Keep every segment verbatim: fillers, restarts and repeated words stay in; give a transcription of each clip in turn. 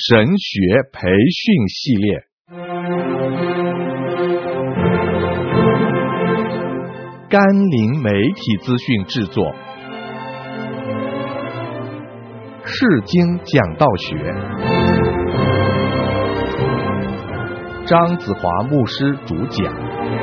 神学培训系列。甘霖媒体资讯制作，释经讲道学，张子华牧师主讲。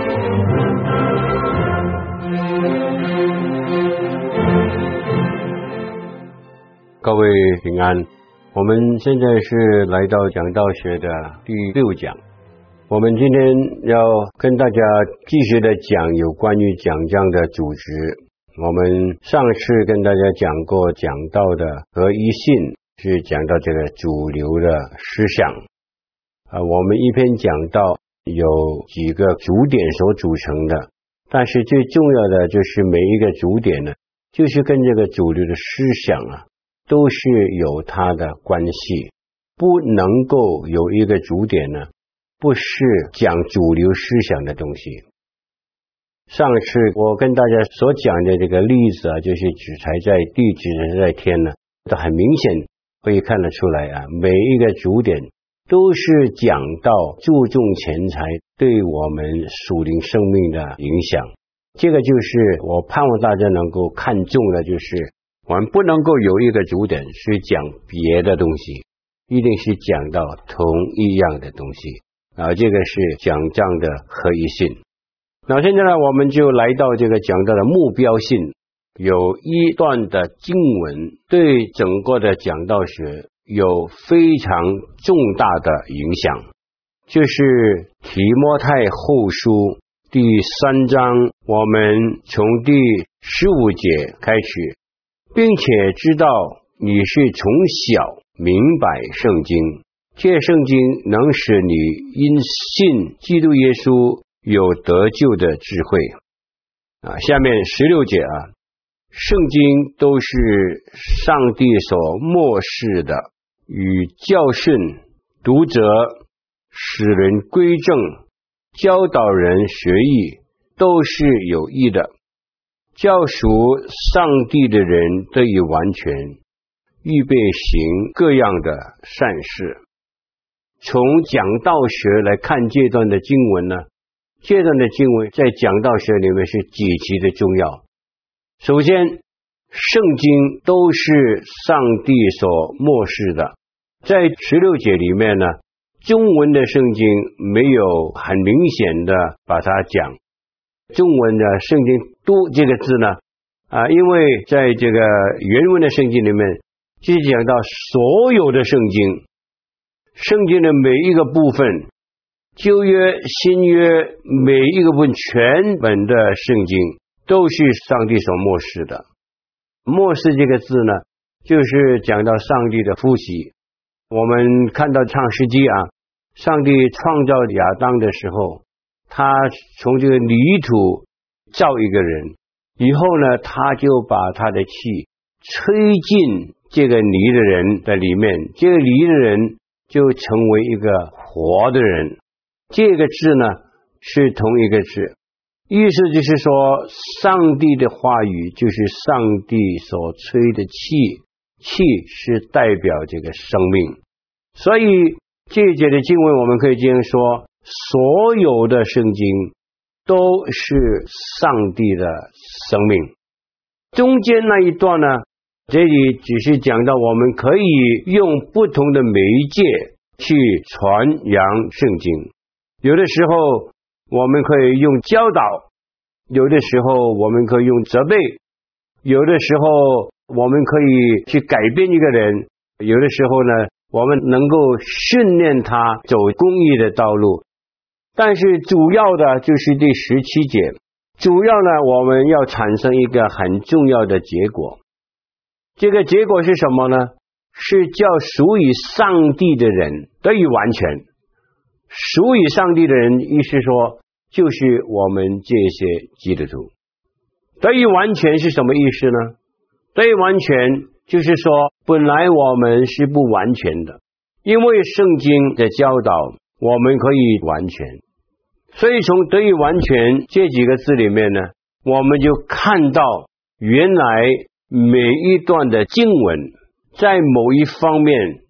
各位平安，我们现在是来到讲道学的第六讲。我们今天要跟大家继续的讲有关于讲章的组织。我们上次跟大家讲过讲道的合一性，是讲到这个主流的思想。啊，我们一篇讲到有几个主点所组成的，但是最重要的就是每一个主点呢，就是跟这个主流的思想啊，都是有它的关系。不能够有一个主点呢，不是讲主流思想的东西。上次我跟大家所讲的这个例子啊，就是子才在地，子才在天呢，都很明显可以看得出来啊，每一个主点都是讲到注重钱财对我们属灵生命的影响。这个就是我盼望大家能够看重的，就是我们不能够有一个主点是讲别的东西，一定是讲到同一样的东西啊，这个是讲章的合一性。那现在呢，我们就来到这个讲到的目标性。有一段的经文对整个的讲道学有非常重大的影响，就是提摩太后书第三章，我们从第十五节开始，并且知道你是从小明白圣经，这圣经能使你因信基督耶稣有得救的智慧啊。下面十六节啊，圣经都是上帝所默示的，与教训、读者、使人归正、教导人学义，都是有益的，教属上帝的人得以完全，预备行各样的善事。从讲道学来看这段的经文呢，这段的经文在讲道学里面是极其的重要。首先，圣经都是上帝所默示的，在十六节里面呢，中文的圣经没有很明显的把它讲。中文的圣经都这个字呢啊，因为在这个原文的圣经里面就讲到所有的圣经，圣经的每一个部分，旧约新约每一个部分，全本的圣经都是上帝所默示的。默示这个字呢，就是讲到上帝的呼吸。我们看到创世纪啊，上帝创造亚当的时候，他从这个泥土造一个人，以后呢，他就把他的气吹进这个泥的人的里面，这个泥的人就成为一个活的人。这个字呢是同一个字，意思就是说上帝的话语就是上帝所吹的气，气是代表这个生命。所以这一节的经文我们可以这样说，所有的圣经都是上帝的生命。中间那一段呢，这里只是讲到我们可以用不同的媒介去传扬圣经。有的时候我们可以用教导，有的时候我们可以用责备，有的时候我们可以去改变一个人，有的时候呢，我们能够训练他走公义的道路。但是主要的就是第十七节，主要呢，我们要产生一个很重要的结果。这个结果是什么呢？是叫属于上帝的人得以完全。属于上帝的人，意思说就是我们这些基督徒。得以完全是什么意思呢？得以完全就是说，本来我们是不完全的，因为圣经的教导我们可以完全。所以从得以完全这几个字里面呢，我们就看到原来每一段的经文在某一方面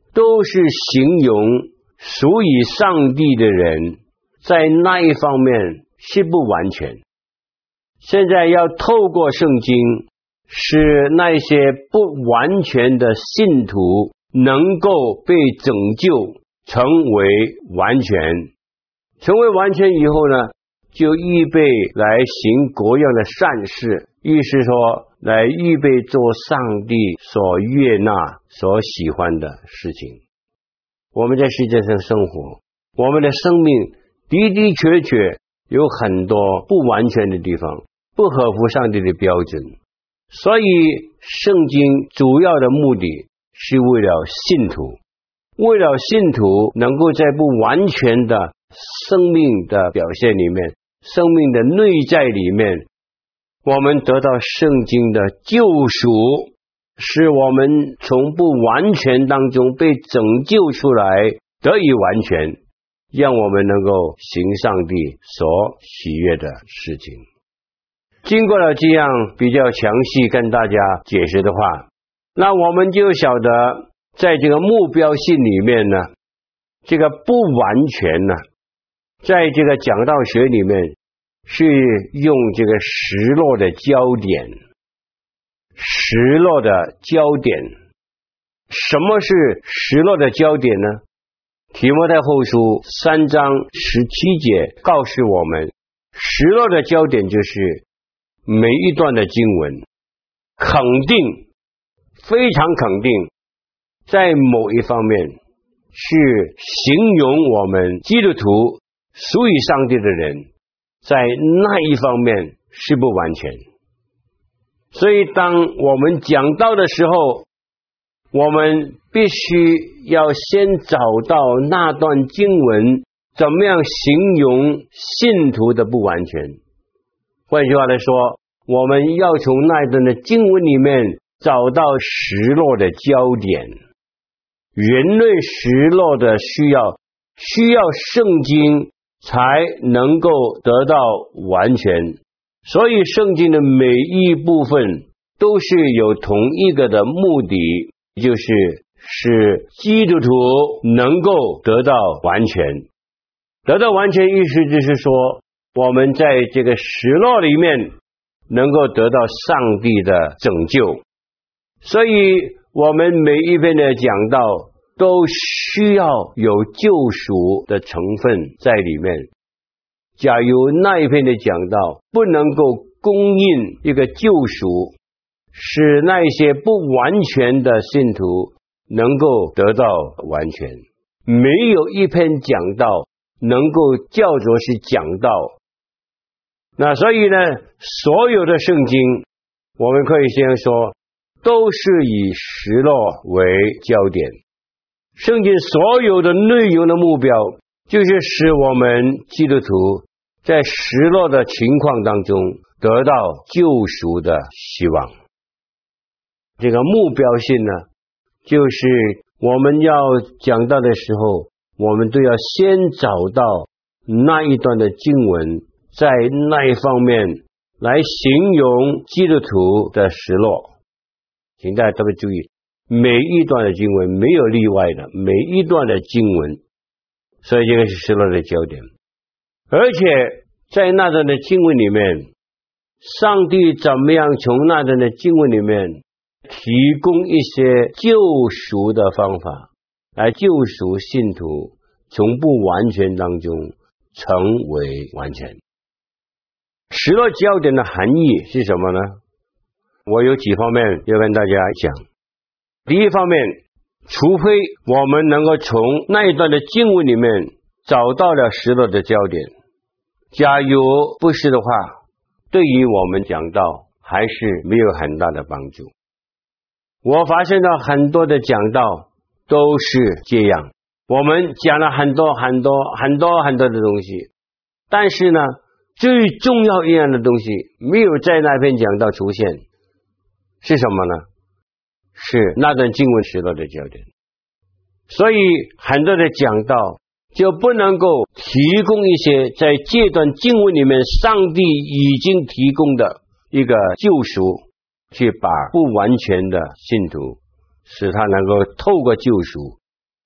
都是形容属于上帝的人在那一方面是不完全。现在要透过圣经，使那些不完全的信徒能够被拯救，成为完全。成为完全以后呢，就预备来行各样的善事，意思说来预备做上帝所悦纳所喜欢的事情。我们在世界上生活，我们的生命的的确确有很多不完全的地方，不合乎上帝的标准。所以圣经主要的目的是为了信徒，为了信徒能够在不完全的生命的表现里面，生命的内在里面，我们得到圣经的救赎，使我们从不完全当中被拯救出来，得以完全，让我们能够行上帝所喜悦的事情。经过了这样比较详细跟大家解释的话，那我们就晓得在这个目标性里面呢，这个不完全呢，在这个讲道学里面是用这个失落的焦点，失落的焦点。什么是失落的焦点呢？提摩太后书三章十七节告诉我们，失落的焦点就是每一段的经文肯定，非常肯定，在某一方面是形容我们基督徒属于上帝的人在那一方面是不完全。所以当我们讲道的时候，我们必须要先找到那段经文怎么样形容信徒的不完全。换句话来说，我们要从那一段的经文里面找到失落的焦点。人类失落的需要，需要圣经才能够得到完全。所以圣经的每一部分都是有同一个的目的，就是使基督徒能够得到完全。得到完全意思就是说，我们在这个失落里面能够得到上帝的拯救。所以我们每一篇的讲道都需要有救赎的成分在里面。假如那一篇的讲道不能够供应一个救赎，使那些不完全的信徒能够得到完全，没有一篇讲道能够叫做是讲道。那所以呢，所有的圣经我们可以先说都是以失落为焦点。圣经所有的内容的目标就是使我们基督徒在失落的情况当中得到救赎的希望。这个目标性呢，就是我们要讲到的时候，我们都要先找到那一段的经文，在那一方面来形容基督徒的失落。请大家特别注意，每一段的经文没有例外的，每一段的经文，所以这个是失落的焦点。而且在那段的经文里面，上帝怎么样从那段的经文里面提供一些救赎的方法，来救赎信徒从不完全当中成为完全。失落焦点的含义是什么呢？我有几方面要跟大家讲。第一方面，除非我们能够从那一段的经文里面找到了失落的焦点，假如不是的话，对于我们讲道还是没有很大的帮助。我发现到很多的讲道都是这样，我们讲了很多很多很多很多的东西，但是呢，最重要一样的东西没有在那篇讲道出现，是什么呢？是那段经文失落的焦点。所以很多的讲道就不能够提供一些在这段经文里面上帝已经提供的一个救赎，去把不完全的信徒使他能够透过救赎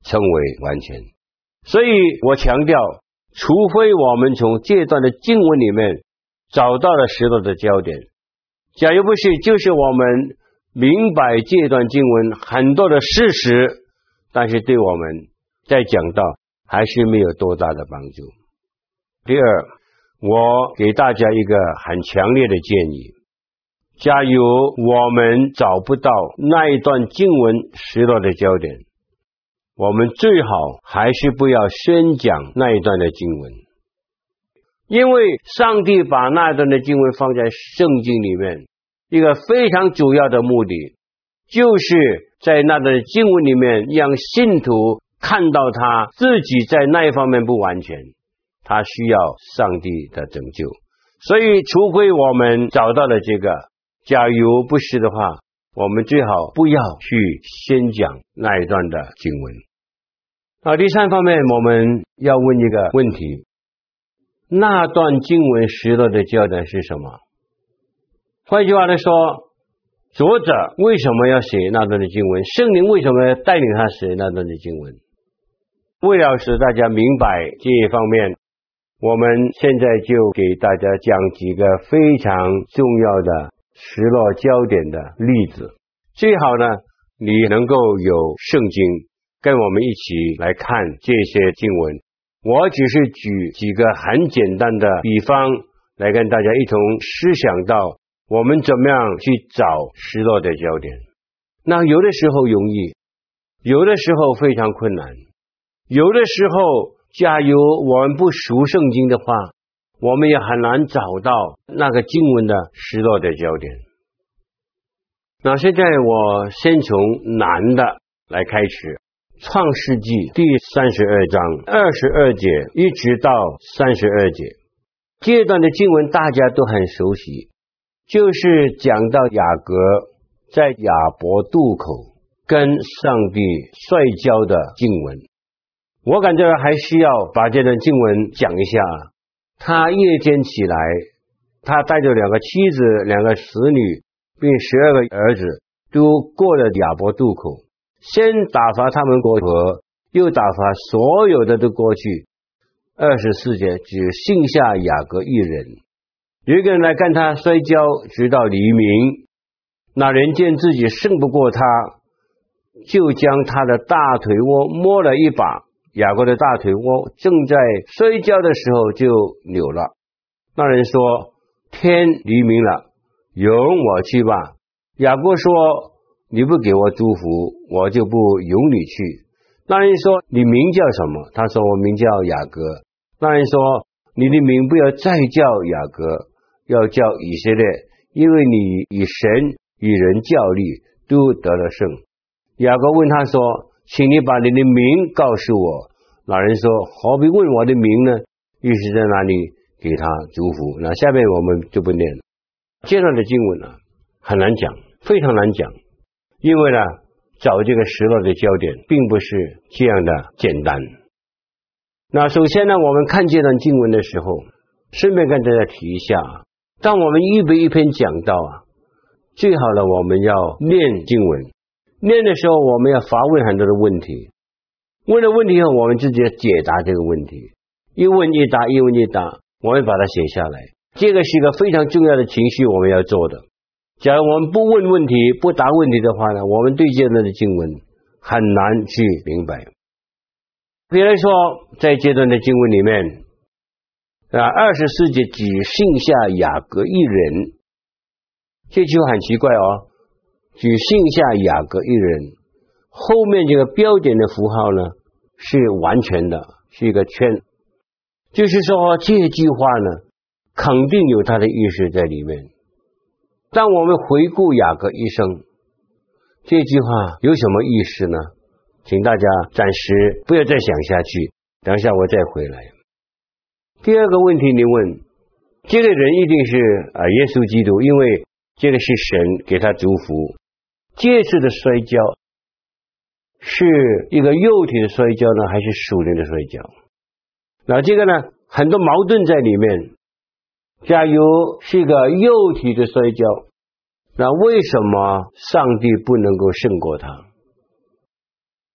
称为完全。所以我强调，除非我们从这段的经文里面找到了石头的焦点，假如不是，就是我们明白这段经文很多的事实，但是对我们在讲道还是没有多大的帮助。第二，我给大家一个很强烈的建议，假如我们找不到那一段经文石头的焦点，我们最好还是不要宣讲那一段的经文，因为上帝把那一段的经文放在圣经里面，一个非常主要的目的，就是在那段经文里面让信徒看到他自己在那一方面不完全，他需要上帝的拯救。所以除非我们找到了这个，假如不是的话，我们最好不要去宣讲那一段的经文。好，第三方面我们要问一个问题，那段经文石头的焦点是什么？换句话来说，作者为什么要写那段的经文？圣灵为什么要带领他写那段的经文？为了使大家明白这一方面，我们现在就给大家讲几个非常重要的石落焦点的例子。最好呢，你能够有圣经跟我们一起来看这些经文。我只是举几个很简单的比方来跟大家一同思想到我们怎么样去找石落的焦点。那有的时候容易，有的时候非常困难，有的时候假如我们不熟圣经的话，我们也很难找到那个经文的石落的焦点。那现在我先从难的来开始，创世纪第三十二章二十二节一直到三十二节，这段的经文大家都很熟悉，就是讲到雅各在亚伯渡口跟上帝摔跤的经文。我感觉还需要把这段经文讲一下。他夜间起来，他带着两个妻子两个使女并十二个儿子，都过了亚伯渡口，先打发他们过河，又打发所有的都过去。二十四节只剩下雅各一人。有一个人来跟他摔跤，直到黎明。那人见自己胜不过他，就将他的大腿窝摸了一把。雅各的大腿窝正在摔跤的时候就扭了。那人说，天黎明了，容我去吧。雅各说，你不给我祝福，我就不容你去。那人说，你名叫什么？他说，我名叫雅各。那人说，你的名不要再叫雅各，要叫以色列，因为你与神与人较力都得了胜。雅各问他说，请你把你的名告诉我。老人说，何必问我的名呢？于是在那里给他祝福。那下面我们就不念了。这段的经文啊，很难讲，非常难讲，因为呢，找这个石落的焦点并不是这样的简单。那首先呢，我们看这段经文的时候，顺便跟大家提一下，当我们预备一篇讲道啊，最好了我们要念经文，念的时候我们要发问很多的问题，问了问题后我们直接解答这个问题，一问一答一问一答，我们把它写下来。这个是一个非常重要的情绪我们要做的。假如我们不问问题不答问题的话呢，我们对这段的经文很难去明白。比如说在这段的经文里面啊，二十四节只剩下雅各一人，这句话很奇怪哦，只剩下雅各一人，后面这个标点的符号呢是完全的，是一个圈，就是说这句话呢肯定有它的意思在里面。当我们回顾雅各一生，这句话有什么意思呢？请大家暂时不要再想下去，等一下我再回来。第二个问题你问，这个人一定是啊耶稣基督，因为这个是神给他祝福。这次的摔跤是一个肉体的摔跤呢，还是属灵的摔跤？那这个呢很多矛盾在里面。假如是一个肉体的摔跤，那为什么上帝不能够胜过他？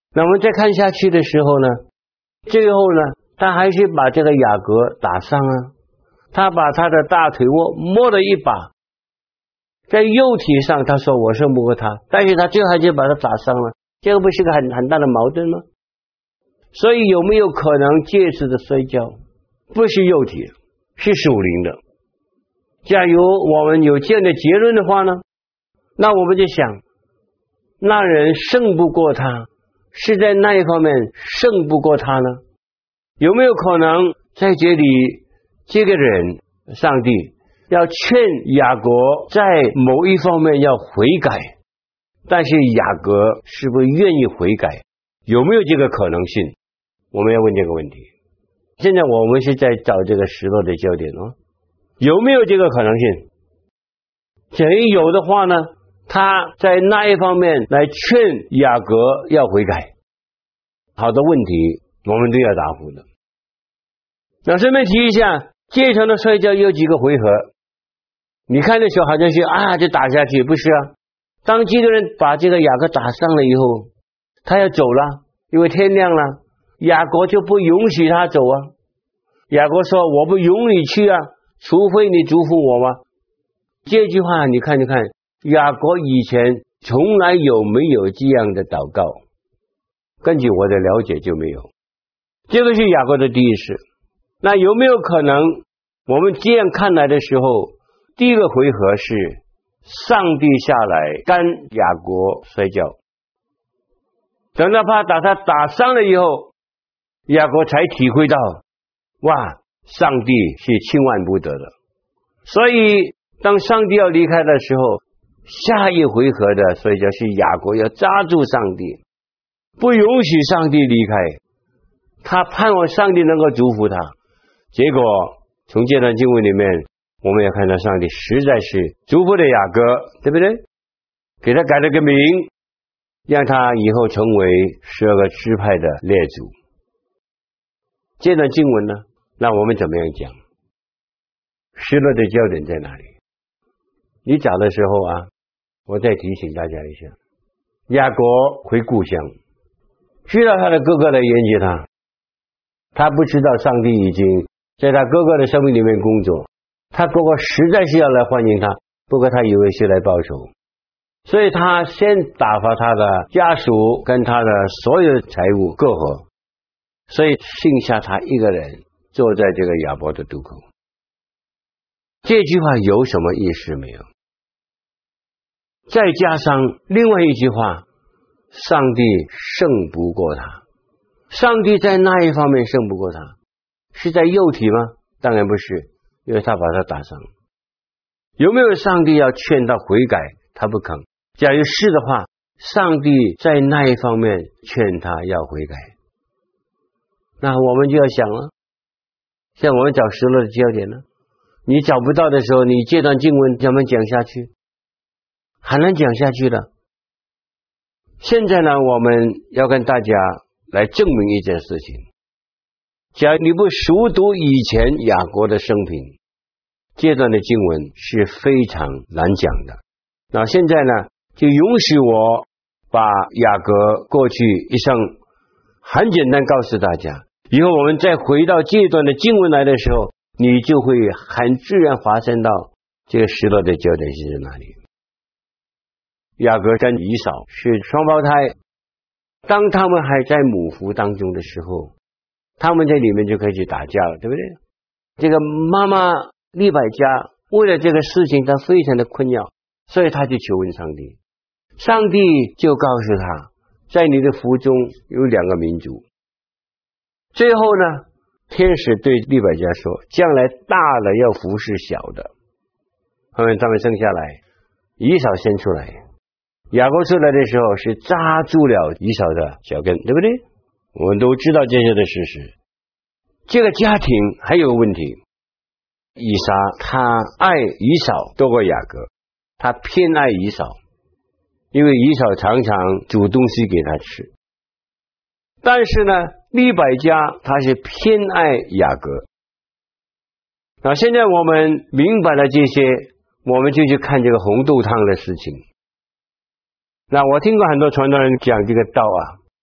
那我们再看下去的时候呢，最后呢，他还是把这个雅各打伤啊，他把他的大腿窝摸了一把，在肉体上他说我胜不过他，但是他最后还是把他打伤了，这个不是个很很大的矛盾吗？所以有没有可能这次的摔跤不是肉体，是属灵的？假如我们有这样的结论的话呢，那我们就想，那人胜不过他，是在那一方面胜不过他呢？有没有可能在这里这个人上帝要劝雅各在某一方面要悔改，但是雅各是不是愿意悔改？有没有这个可能性？我们要问这个问题。现在我们是在找这个失落的焦点哦，有没有这个可能性？假如有的话呢，他在那一方面来劝雅各要悔改。好的问题我们都要答复的。那顺便提一下，这场的摔跤有几个回合，你看的时候好像是啊就打下去，不是啊。当基督人把这个雅各打伤了以后，他要走了，因为天亮了，雅各就不允许他走啊。雅各说我不允你去啊，除非你祝福我吗？这句话你看一看，雅各以前从来有没有这样的祷告？根据我的了解就没有。这个是雅各的第一次。那有没有可能我们这样看来的时候，第一个回合是上帝下来跟雅各摔跤，等到他把他打伤了以后，雅各才体会到哇，上帝是千万不得的。所以当上帝要离开的时候，下一回合的摔跤是雅各要抓住上帝，不允许上帝离开，他盼望上帝能够祝福他。结果从这段经文里面我们也看到上帝实在是祝福了雅各，对不对？给他改了个名，让他以后成为十二个支派的列祖。这段经文呢，那我们怎么样讲？失落的焦点在哪里？你找的时候啊，我再提醒大家一下，雅各回故乡，知道他的哥哥来迎接他，他不知道上帝已经在他哥哥的生命里面工作，他哥哥实在是要来欢迎他，不过他以为是来报仇，所以他先打发他的家属跟他的所有财物各合，所以剩下他一个人坐在这个雅博的渡口。这句话有什么意思没有？再加上另外一句话，上帝胜不过他。上帝在那一方面胜不过他，是在肉体吗？当然不是，因为他把他打伤。有没有上帝要劝他悔改？他不肯。假如是的话，上帝在那一方面劝他要悔改，那我们就要想了，像我们找失落的焦点呢，你找不到的时候，你这段经文怎么讲下去？很难讲下去的。现在呢，我们要跟大家来证明一件事情，假如你不熟读以前雅各的生平，这段的经文是非常难讲的。那现在呢，就允许我把雅各过去一生很简单告诉大家，以后我们再回到这段的经文来的时候，你就会很自然发现到这个失落的焦点是在哪里。雅各跟以扫是双胞胎，当他们还在母腹当中的时候，他们在里面就可以去打架了，对不对？这个妈妈利百加为了这个事情，她非常的困扰，所以她就求问上帝，上帝就告诉他，在你的腹中有两个民族。最后呢，天使对利百加说，将来大了要服侍小的。后面他们生下来，以扫先出来，雅各出来的时候是扎住了以扫的脚跟，对不对？我们都知道这些的事实。这个家庭还有个问题，以撒他爱以扫多过雅各，他偏爱以扫，因为以扫常常煮东西给他吃。但是呢，利百加他是偏爱雅各。那现在我们明白了这些，我们就去看这个红豆汤的事情。那我听过很多传道人讲这个道啊，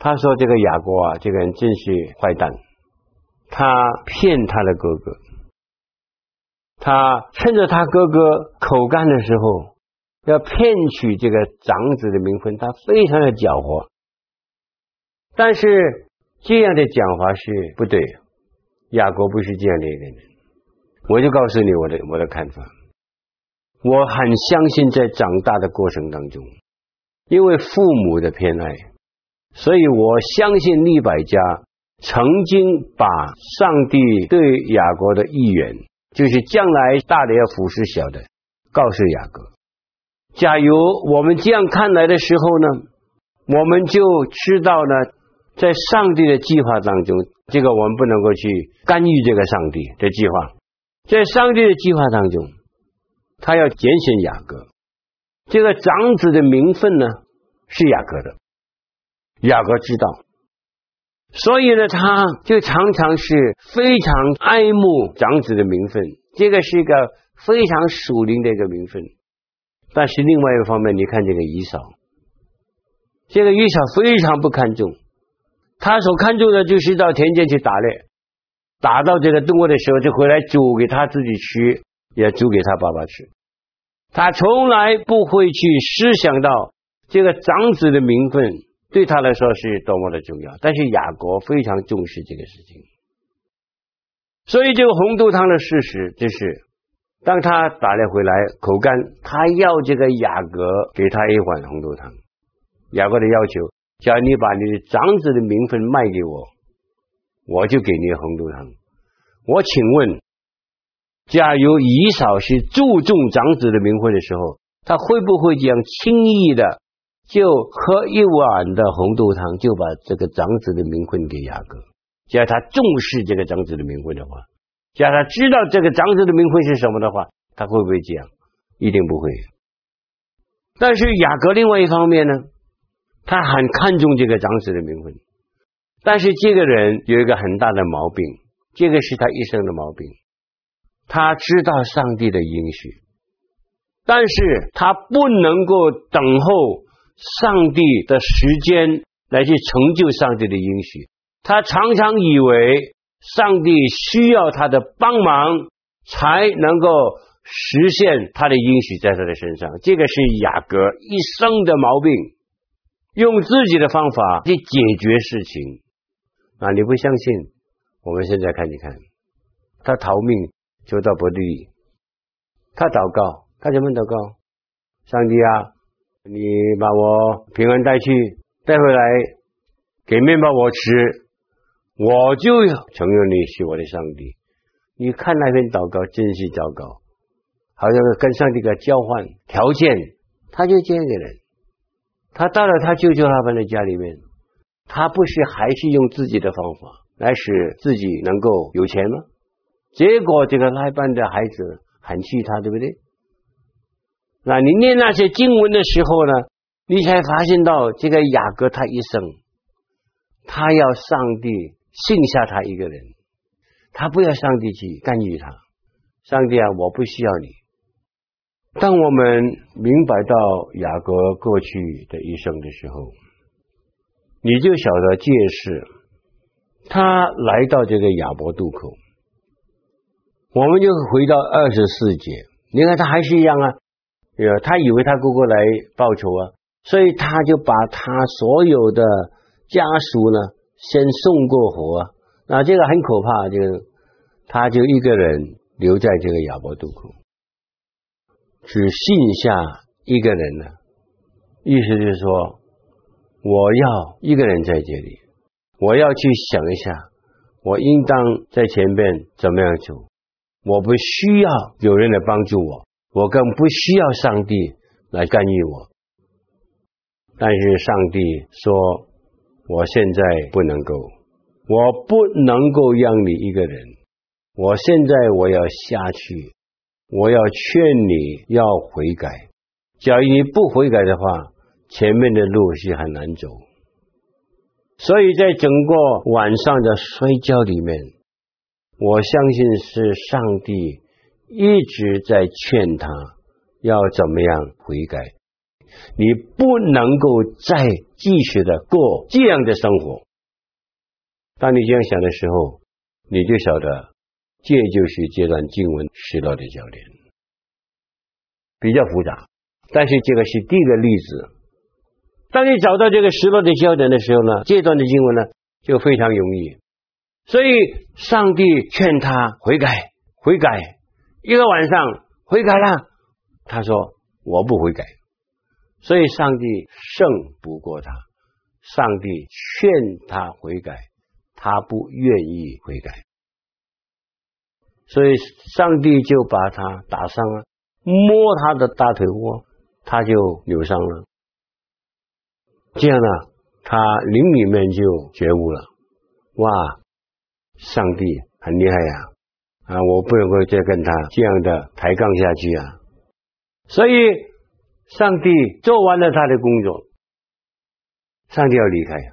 他说这个雅各啊，这个人真是坏蛋，他骗他的哥哥，他趁着他哥哥口干的时候要骗取这个长子的名分，他非常的狡猾。但是这样的讲法是不对，雅各不是这样的一个人。我就告诉你我的我的看法，我很相信在长大的过程当中，因为父母的偏爱，所以我相信利百加曾经把上帝对雅各的意愿，就是将来大的要服侍小的，告诉雅各。假如我们这样看来的时候呢，我们就知道呢，在上帝的计划当中，这个我们不能够去干预这个上帝的计划。在上帝的计划当中，他要拣选雅各，这个长子的名分呢是雅各的，雅各知道，所以呢他就常常是非常爱慕长子的名分，这个是一个非常属灵的一个名分。但是另外一个方面，你看这个以扫，这个以扫非常不看重，他所看重的就是到田间去打猎，打到这个动物的时候就回来煮给他自己吃，也煮给他爸爸吃。他从来不会去思想到这个长子的名分对他来说是多么的重要，但是雅各非常重视这个事情。所以这个红豆汤的事实就是当他打猎回来口干，他要这个雅各给他一碗红豆汤。雅各的要求，只要你把你的长子的名分卖给我，我就给你红豆汤。我请问，假如以扫是注重长子的名分的时候，他会不会这样轻易的就喝一碗的红豆汤，就把这个长子的名分给雅各？只要他重视这个长子的名分的话，只要他知道这个长子的名分是什么的话，他会不会这样？一定不会。但是雅各另外一方面呢，他很看重这个长子的名分，但是这个人有一个很大的毛病，这个是他一生的毛病。他知道上帝的应许，但是他不能够等候上帝的时间来去成就上帝的应许。他常常以为上帝需要他的帮忙才能够实现他的应许在他的身上，这个是雅各一生的毛病，用自己的方法去解决事情啊！你不相信，我们现在看一看，他逃命求到伯利，他祷告，他怎么祷告？上帝啊，你把我平安带去，带回来给面包我吃，我就承认你是我的上帝。你看那篇祷告真是糟糕，好像跟上帝的交换条件。他就这样的人，他到了他舅舅他们的家里面，他不是还是用自己的方法来使自己能够有钱吗？结果这个拉班的孩子很气他，对不对？那你念那些经文的时候呢，你才发现到这个雅各他一生，他要上帝剩下他一个人，他不要上帝去干预他。上帝啊，我不需要你。当我们明白到雅各过去的一生的时候，你就晓得这事，他来到这个雅博渡口，我们就回到二十四节，你看他还是一样啊，他以为他哥哥来报仇啊，所以他就把他所有的家属呢先送过河啊，那这个很可怕，这个他就一个人留在这个雅博渡口，只剩下一个人了，意思就是说，我要一个人在这里，我要去想一下，我应当在前面怎么样走，我不需要有人来帮助我，我更不需要上帝来干预我。但是上帝说，我现在不能够，我不能够让你一个人，我现在我要下去，我要劝你要悔改，假如你不悔改的话，前面的路是很难走。所以在整个晚上的摔跤里面，我相信是上帝一直在劝他要怎么样悔改。 你不能够再继续的过这样的生活。当你这样想的时候，你就晓得这就是这段经文失落的焦点。比较复杂，但是这个是第一个例子。当你找到这个失落的焦点的时候呢，这段的经文呢就非常容易。所以上帝劝他悔改，悔改，一个晚上悔改了，他说我不悔改。所以上帝胜不过他，上帝劝他悔改，他不愿意悔改，所以上帝就把他打伤了，摸他的大腿窝，他就扭伤了。这样呢，他灵里面就觉悟了，哇，上帝很厉害呀！啊，我不能够再跟他这样的抬杠下去啊！所以上帝做完了他的工作，上帝要离开，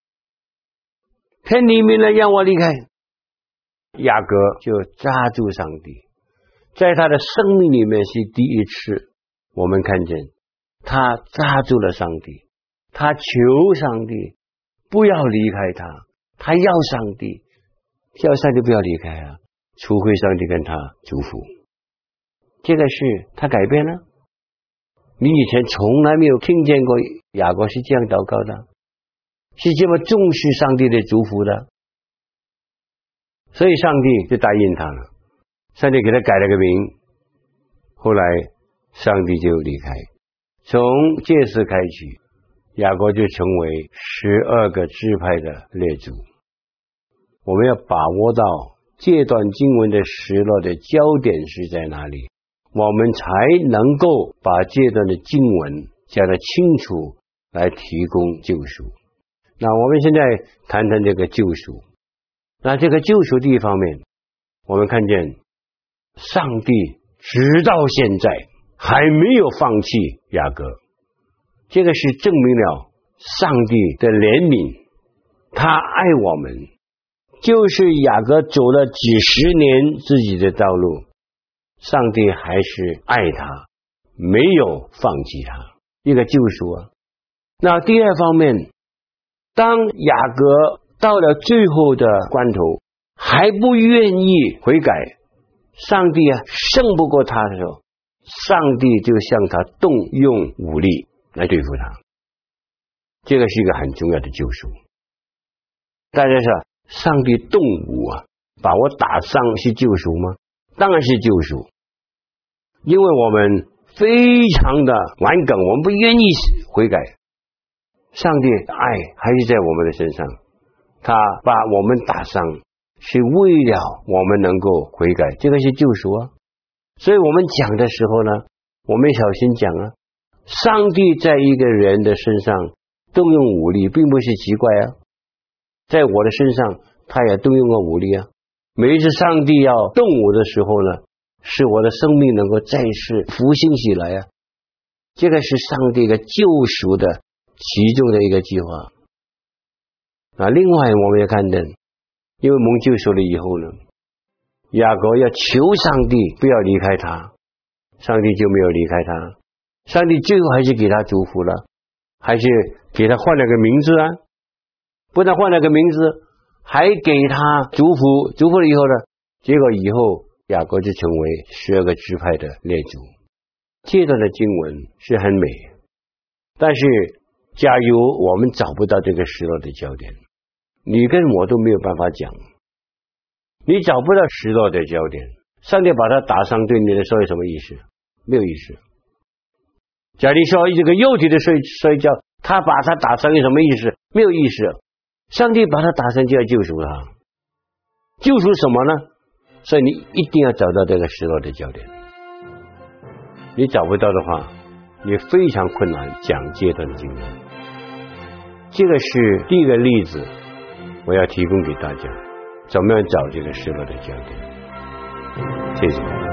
天里面呢让我离开。雅各就抓住上帝，在他的生命里面是第一次我们看见他抓住了上帝，他求上帝不要离开他，他要上帝，叫上帝不要离开啊，除非上帝跟他祝福。这个是他改变了。你以前从来没有听见过雅各是这样祷告的，是这么重视上帝的祝福的，所以上帝就答应他了。上帝给他改了个名，后来上帝就离开。从这时开始，雅各就成为十二个支派的列祖。我们要把握到这段经文的失落的焦点是在哪里，我们才能够把这段的经文讲得清楚，来提供救赎。那我们现在谈谈这个救赎。那这个救赎的一方面，我们看见上帝直到现在还没有放弃雅各，这个是证明了上帝的怜悯，他爱我们。就是雅各走了几十年自己的道路，上帝还是爱他，没有放弃他，一个救赎啊。那第二方面，当雅各到了最后的关头还不愿意悔改，上帝啊胜不过他的时候，上帝就向他动用武力来对付他。这个是一个很重要的救赎。大家说上帝动武啊，把我打伤是救赎吗？当然是救赎。因为我们非常的顽梗，我们不愿意悔改，上帝的爱还是在我们的身上，他把我们打伤是为了我们能够悔改，这个是救赎啊。所以我们讲的时候呢，我们小心讲啊，上帝在一个人的身上动用武力并不是奇怪啊，在我的身上他也动用了武力啊。每一次上帝要动我的时候呢，使我的生命能够再次复兴起来啊，这个是上帝一个救赎的其中的一个计划啊。另外我们也看见，因为蒙救赎了以后呢，雅各要求上帝不要离开他，上帝就没有离开他，上帝最后还是给他祝福了，还是给他换了个名字啊，不但换了个名字，还给他祝福，祝福了以后呢，结果以后雅各就成为十二个支派的列祖。这段的经文是很美，但是假如我们找不到这个失落的焦点，你跟我都没有办法讲。你找不到失落的焦点，上帝把他打伤对你来说有什么意思？没有意思。假如说这个肉体的睡睡觉，他把他打伤有什么意思？没有意思。上帝把他打伤就要救赎他，救赎什么呢？所以你一定要找到这个失落的焦点。你找不到的话，你非常困难讲这段经文。这个是第一个例子，我要提供给大家，怎么样找这个失落的焦点。谢谢。